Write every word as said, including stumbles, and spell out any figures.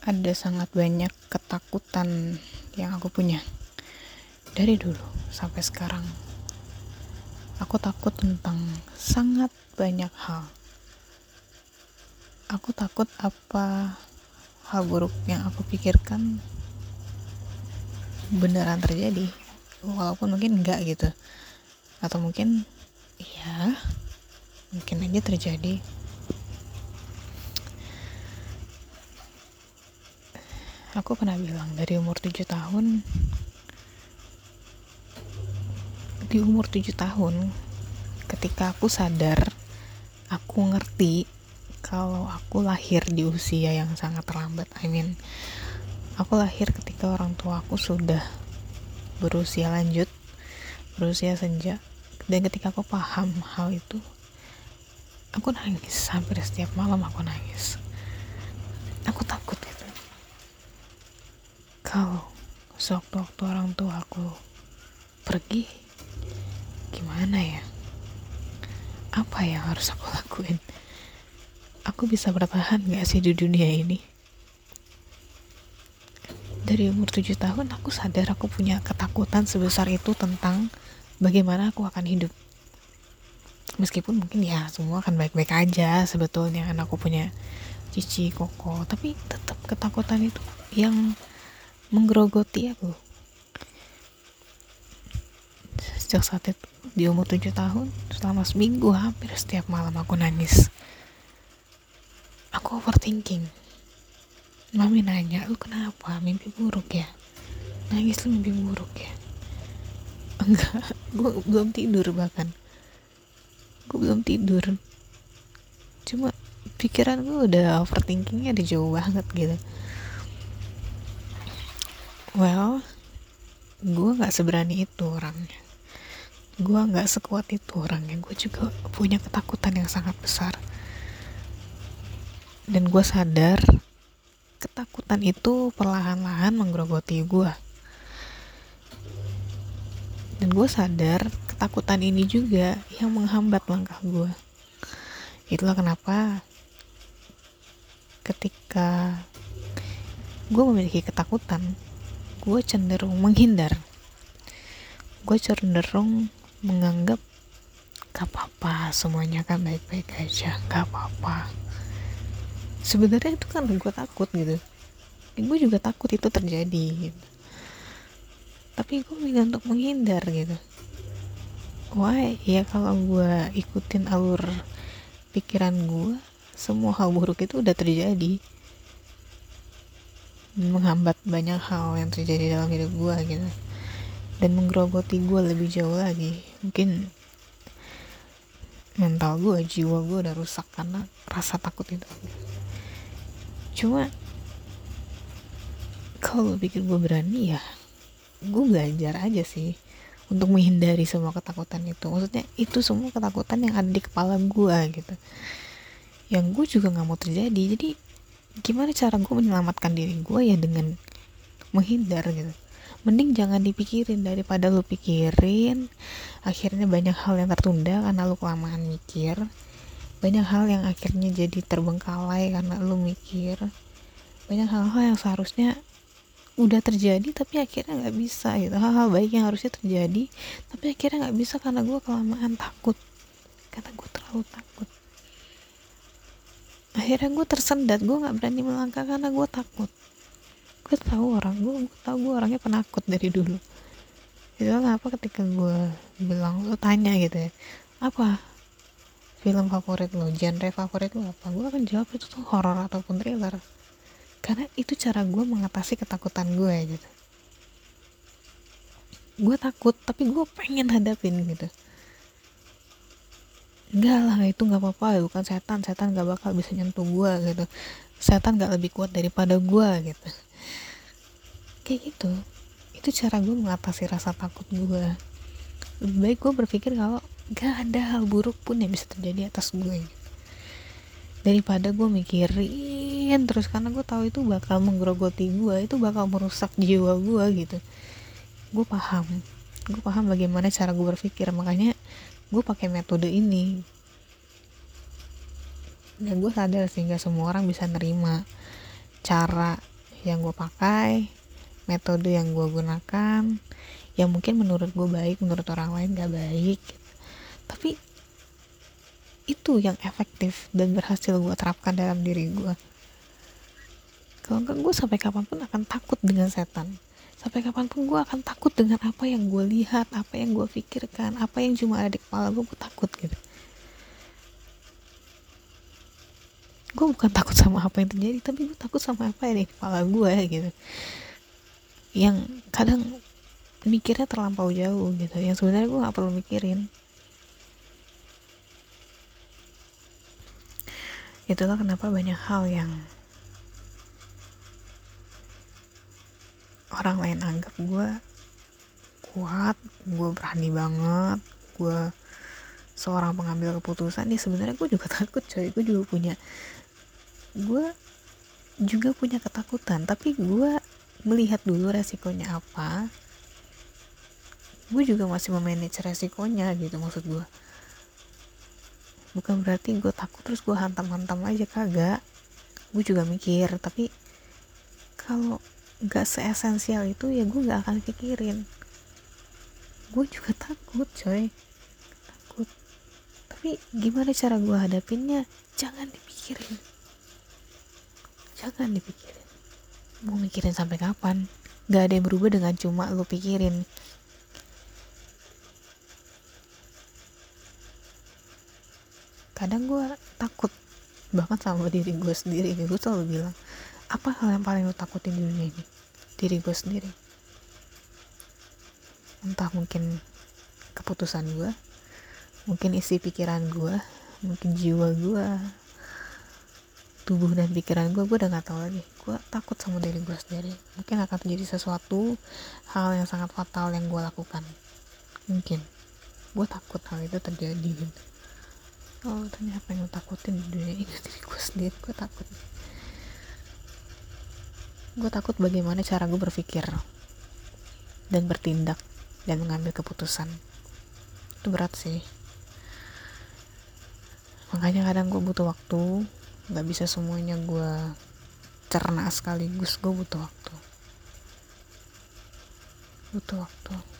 Ada sangat banyak ketakutan yang aku punya dari dulu sampai sekarang. Aku takut tentang sangat banyak hal. Aku takut apa hal buruk yang aku pikirkan beneran terjadi, walaupun mungkin enggak gitu, atau mungkin ya mungkin aja terjadi. Aku pernah bilang dari umur tujuh tahun, di umur tujuh tahun ketika aku sadar, aku ngerti kalau aku lahir di usia yang sangat terlambat. I mean, aku lahir ketika orang tua aku sudah berusia lanjut, berusia senja. Dan ketika aku paham hal itu, aku nangis. Hampir setiap malam aku nangis. Aku takut gitu. Kalau sewaktu-waktu orang tua aku pergi, gimana ya? Apa yang harus aku lakuin? Aku bisa bertahan gak sih di dunia ini? Dari umur tujuh tahun aku sadar aku punya ketakutan sebesar itu tentang bagaimana aku akan hidup. Meskipun mungkin ya semua akan baik-baik aja sebetulnya, kan aku punya cici, koko, tapi tetap ketakutan itu yang menggerogoti aku. Sejak saat itu, di umur tujuh tahun, selama seminggu hampir setiap malam aku nangis. Aku overthinking. Mami nanya, lu kenapa? Mimpi buruk ya? Nangis lu mimpi buruk ya? Enggak, gue belum tidur bahkan. Gue belum tidur. Cuma pikiran gue udah overthinkingnya udah jauh banget gitu. Well, gue gak seberani itu orangnya. Gue gak sekuat itu orangnya. Gue juga punya ketakutan yang sangat besar. Dan gue sadar ketakutan itu perlahan-lahan menggerogoti gue. Dan gue sadar ketakutan ini juga yang menghambat langkah gue. Itulah kenapa ketika gue memiliki ketakutan, gue cenderung menghindar. Gue cenderung menganggap gak apa-apa, semuanya kan baik-baik aja, gak apa-apa. Sebenarnya itu kan gue takut gitu. Gue juga takut itu terjadi gitu. Tapi gue milih untuk menghindar gitu. Why? Ya kalau gue ikutin alur pikiran gue, semua hal buruk itu udah terjadi, menghambat banyak hal yang terjadi dalam hidup gue gitu, dan menggerogoti gue lebih jauh lagi. Mungkin mental gue, jiwa gue udah rusak karena rasa takut itu. Cuma kalau pikir gue berani, ya gue belajar aja sih untuk menghindari semua ketakutan itu. Maksudnya itu semua ketakutan yang ada di kepala gue gitu, yang gue juga gak mau terjadi. Jadi gimana cara gue menyelamatkan diri gue? Ya dengan menghindar gitu. Mending jangan dipikirin daripada lu pikirin, akhirnya banyak hal yang tertunda karena lu kelamaan mikir. Banyak hal yang akhirnya jadi terbengkalai karena lu mikir. Banyak hal-hal yang seharusnya udah terjadi tapi akhirnya gak bisa gitu. Hal-hal baik yang harusnya terjadi tapi akhirnya gak bisa karena gue kelamaan takut. Karena gue terlalu takut. Akhirnya gue tersendat, gue gak berani melangkah karena gue takut. Gue tahu orang gue, gue tahu gue orangnya penakut dari dulu. Itu kenapa ketika gue bilang, lo tanya gitu ya, apa film favorit lo, genre favorit lo apa, gue akan jawab itu tuh horor ataupun thriller. Karena itu cara gue mengatasi ketakutan gue gitu. Gue takut tapi gue pengen hadapin gitu. Enggak lah, itu gak apa-apa, bukan setan, setan gak bakal bisa nyentuh gue gitu, setan gak lebih kuat daripada gue gitu. Kayak gitu. Itu cara gue mengatasi rasa takut gue. Lebih baik gue berpikir kalau gak ada hal buruk pun yang bisa terjadi atas gue gitu, daripada gue mikirin terus, karena gue tahu itu bakal menggerogoti gue, itu bakal merusak jiwa gue gitu. Gue paham, gue paham bagaimana cara gue berpikir, makanya gue pakai metode ini. Dan gue sadar sehingga semua orang bisa nerima cara yang gue pakai, metode yang gue gunakan, yang mungkin menurut gue baik, menurut orang lain gak baik, tapi itu yang efektif dan berhasil gue terapkan dalam diri gue. Kalau enggak, gue sampai kapanpun akan takut dengan setan. Sampai kapanpun gue akan takut dengan apa yang gue lihat, apa yang gue pikirkan, apa yang cuma ada di kepala gue, gue takut gitu. Gue bukan takut sama apa yang terjadi, tapi gue takut sama apa yang ada di kepala gue gitu. Yang kadang mikirnya terlampau jauh gitu, yang sebenarnya gue gak perlu mikirin. Itulah kenapa banyak hal yang orang lain anggap gue kuat, gue berani banget, gue seorang pengambil keputusan, ya sebenarnya gue juga takut coy. Gue juga punya gue juga punya ketakutan, tapi gue melihat dulu resikonya apa. Gue juga masih memanage resikonya gitu, maksud gue bukan berarti gue takut terus gue hantam-hantam aja, kagak. Gue juga mikir, tapi kalau gak seesensial itu ya gue gak akan pikirin. Gue juga takut coy, takut, tapi gimana cara gue hadapinnya? Jangan dipikirin, jangan dipikirin. Mau mikirin sampai kapan? Gak ada yang berubah dengan cuma lo pikirin. Kadang gue takut banget sama diri gue sendiri. Gue selalu bilang, apa hal yang paling lo takutin di dunia ini? Diri gue sendiri. Entah mungkin keputusan gue, mungkin isi pikiran gue, mungkin jiwa gue, tubuh dan pikiran gue, gue udah gak tahu lagi. Gue takut sama diri gue sendiri. Mungkin akan terjadi sesuatu hal yang sangat fatal yang gue lakukan. Mungkin gue takut hal itu terjadi gitu. Oh, tanya apa yang gue takutin di dunia ini? Diri gue sendiri. Gue takut. Gue takut bagaimana cara gue berpikir dan bertindak dan mengambil keputusan. Itu berat sih. Makanya kadang gue butuh waktu. Gak bisa semuanya gue cerna sekaligus. Gue butuh waktu. Butuh waktu.